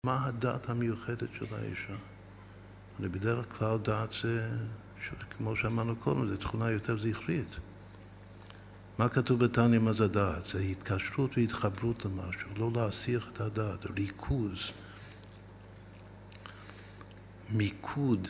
מה הדעת המיוחדת של האישה? בדרך כלל דעת זה, כמו שאמרנו קודם, זה תכונה יותר זכרית. מה כתוב בתניא מה זה דעת? זה התקשרות והתחברות למשהו, לא להסיח את הדעת, ריכוז, מיקוד.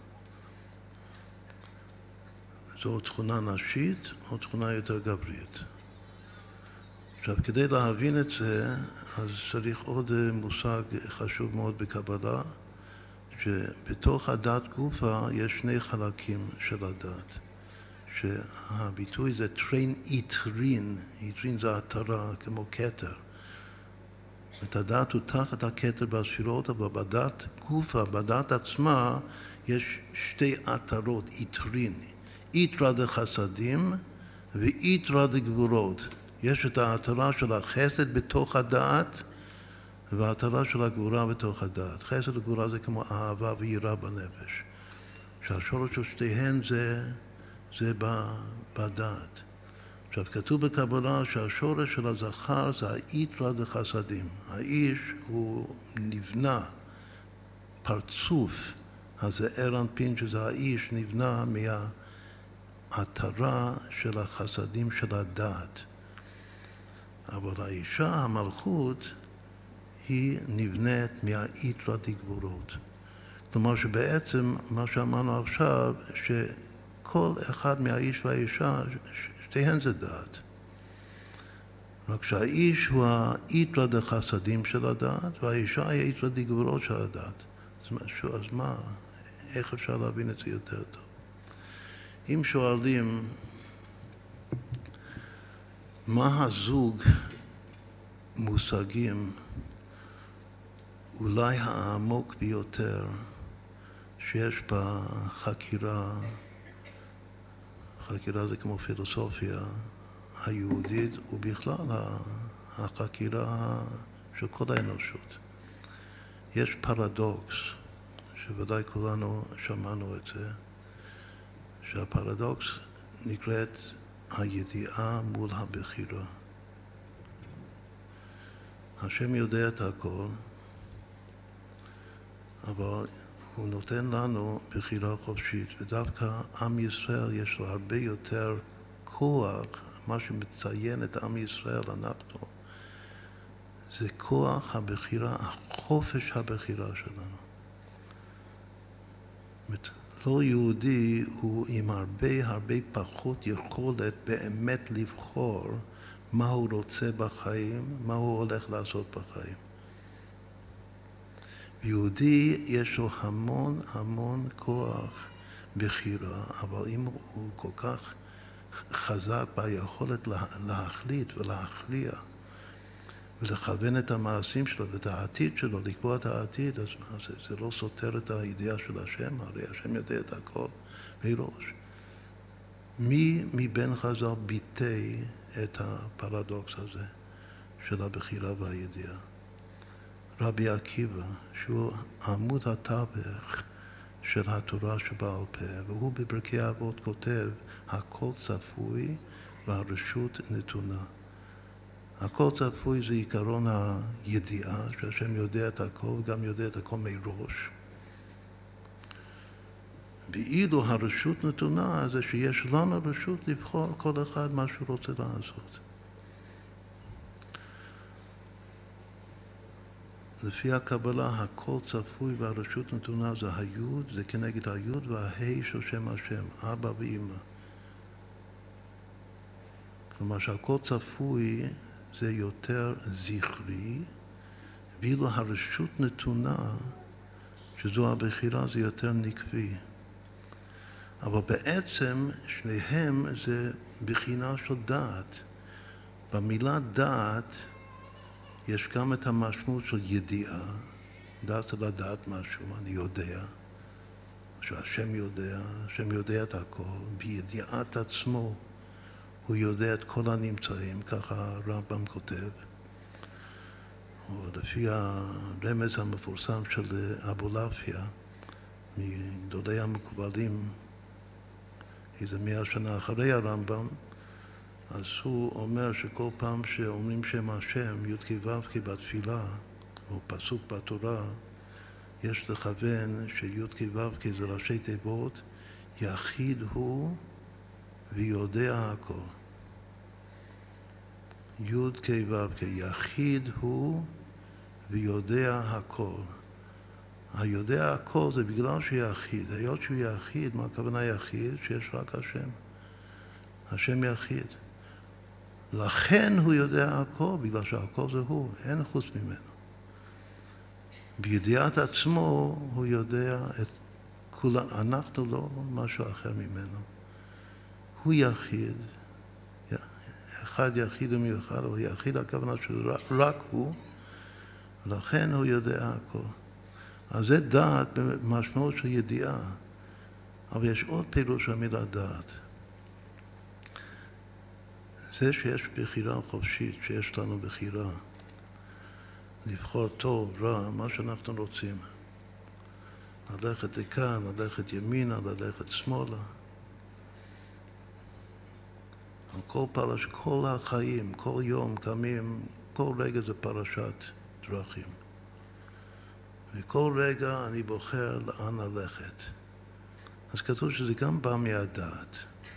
זו תכונה נשית או תכונה יותר גברית. עכשיו, כדי להבין את זה, אז צריך עוד מושג חשוב מאוד בקבלה, שבתוך הדת גופה יש שני חלקים של הדת. שהביטוי זה טרין איטרין, איטרין זה התרה כמו כתר. את הדת הוא תחת הכתר בספירות, אבל בדת גופה, בדת עצמה, יש שתי התרות, איטרין. איתרא דחסדים ואיתרא דגבורות. יש את ההתרה של החסד בתוך הדעת, וההתרה של הגבורה בתוך הדעת. חסד וגבורה זה כמו אהבה ויראה בנפש. שהשורש של שתיהן זה בדעת. עכשיו, כתוב בקבלה שהשורש של הזכר זה האיתרא דחסדים. האיש הוא נבנה, פרצוף, הזעיר אנפין שזה האיש נבנה מההתרה של החסדים של הדעת. אבל האישה, המלכות, היא נבנית מהאיתרא דגבורות. כלומר שבעצם מה שאמרנו עכשיו, שכל אחד מהאיש והאישה, שתיהן זה דעת. רק שהאיש הוא האיתרא דחסדים של הדעת, והאישה היא האיתרא דגבורות של הדעת. אז מה, איך אפשר להבין את זה יותר טוב? אם שואלים, מה הזוג מושגים אולי העמוק ביותר שיש בחקירה, חקירה זה כמו פילוסופיה היהודית ובכלל החקירה של כל האנושות. יש פרדוקס, שוודאי כולנו שמענו את זה, שהפרדוקס נקראת הידיעה מול הבחירה. השם יודע את הכל, אבל הוא נותן לנו בחירה חופשית, ודווקא עם ישראל יש לו הרבה יותר כוח, מה שמציין את עם ישראל, אנחנו, זה כוח הבחירה, חופש הבחירה שלנו. לא יהודי הוא עם הרבה פחות יכולת באמת לבחור מה הוא רוצה בחיים, מה הוא הולך לעשות בחיים. יהודי יש לו המון כוח בחירה, אבל אם הוא כל כך חזק ביכולת להחליט ולהכריע ולכוון את המעשים שלו ואת העתיד שלו, לקבוע את העתיד, אז זה לא סותר את הידיעה של השם, הרי השם יודע את הכל מראש. מי מבין חז"ל ביטא את הפרדוקס הזה של הבחירה והידיעה? רבי עקיבא, שהוא עמוד התווך של התורה שבעל פה, והוא בברכי אבות כותב, הכל צפוי והרשות נתונה. הכל צפוי זה עיקרון הידיעה, שהשם יודע את הכל וגם יודע את הכל מראש. ואילו הרשות נתונה זה שיש לנו רשות לבחור כל אחד מה שהוא רוצה לעשות. לפי הקבלה, הכל צפוי והרשות נתונה זה היוד, זה כנגד היוד וההי של שם השם, אבא ואמא. כלומר שהכל צפוי זה יותר זכרי, ואילו הרשות נתונה, שזו הבחירה, זה יותר נקבי. אבל בעצם שניהם זה בחינה של דעת. במילה דעת יש גם את המשמעות של ידיעה, דעת זה לדעת משהו, אני יודע, שהשם יודע, השם יודע את הכל, בידיעת עצמו הוא יודע את כל הנמצאים, ככה הרמב"ם כותב. לפי הרמז המפורסם של אבולעפיה, מגדולי המקובלים, איזה 100 שנה אחרי הרמב"ם, אז הוא אומר שכל פעם שאומרים שם השם, י' כ' ו' כ' בתפילה, או פסוק בתורה, יש לכוון שי' כ' ו' כ' זה ראשי תיבות, יחיד הוא ויודע הכל. י' כ' ו' כ', יחיד הוא ויודע הכל. היודע הכל זה בגלל שהוא יחיד. היות שהוא יחיד, מה הכוונה יחיד? שיש רק השם. השם יחיד. לכן הוא יודע הכל, בגלל שהכל זה הוא, אין חוץ ממנו. בידיעת עצמו הוא יודע את כולם, אנחנו לא משהו אחר ממנו. הוא יחיד, אחד יחיד ומיוחד, הוא יחיד, הכוונה שרק הוא, לכן הוא יודע הכל. אז זה דעת במשמעות של ידיעה, אבל יש עוד פירוש המילה דעת. זה שיש בחירה חופשית, שיש לנו בחירה, לבחור טוב, רע, מה שאנחנו רוצים. ללכת לכאן, ללכת ימינה, ללכת שמאלה. כל החיים, כל יום קמים, כל רגע זה פרשת דרכים. וכל רגע אני בוחר לאן ללכת. אז כתוב שזה גם בא מהדעת.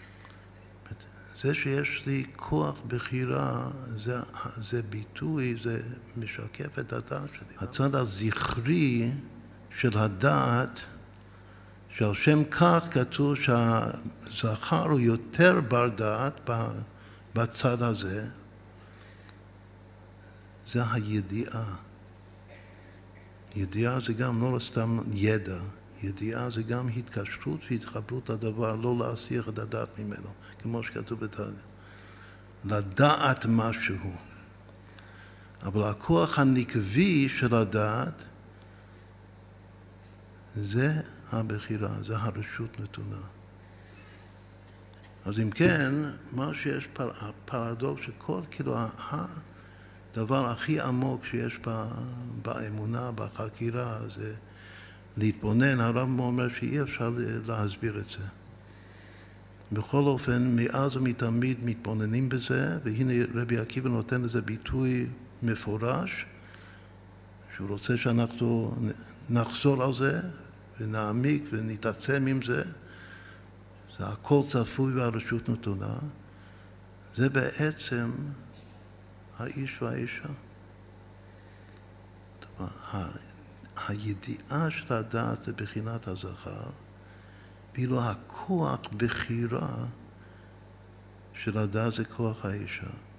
זה שיש לי כוח בחירה, זה ביטוי, זה משקף את הדעת שלי. הצד הזכרי של הדעת, שעל שם כך כתוב שהזכר הוא יותר בר דעת בצד הזה, זה הידיעה. ידיעה זה גם לא סתם ידע, ידיעה זה גם התקשרות והתחברות לדבר, לא להסיר את הדעת ממנו, כמו שכתוב בתניא. לדעת משהו. אבל הכוח הנקבי של הדעת, זה הבחירה, זה הרשות נתונה. אז אם כן, מה שיש פרדוקס, שכל כאילו הדבר הכי עמוק שיש באמונה, בחקירה, זה להתבונן. הרב אומר שאי אפשר להסביר את זה. בכל אופן, מאז ומתמיד מתבוננים בזה, והנה רבי עקיבא נותן לזה ביטוי מפורש, שהוא רוצה שאנחנו נחזור על זה, ונעמיק ונתעצם עם זה. זה הכל צפוי והרשות נתונה. זה בעצם האיש והאישה. הידיעה של הדעת זה בחינת הזכר, ואילו הכוח בחירה של הדעת זה כוח האישה.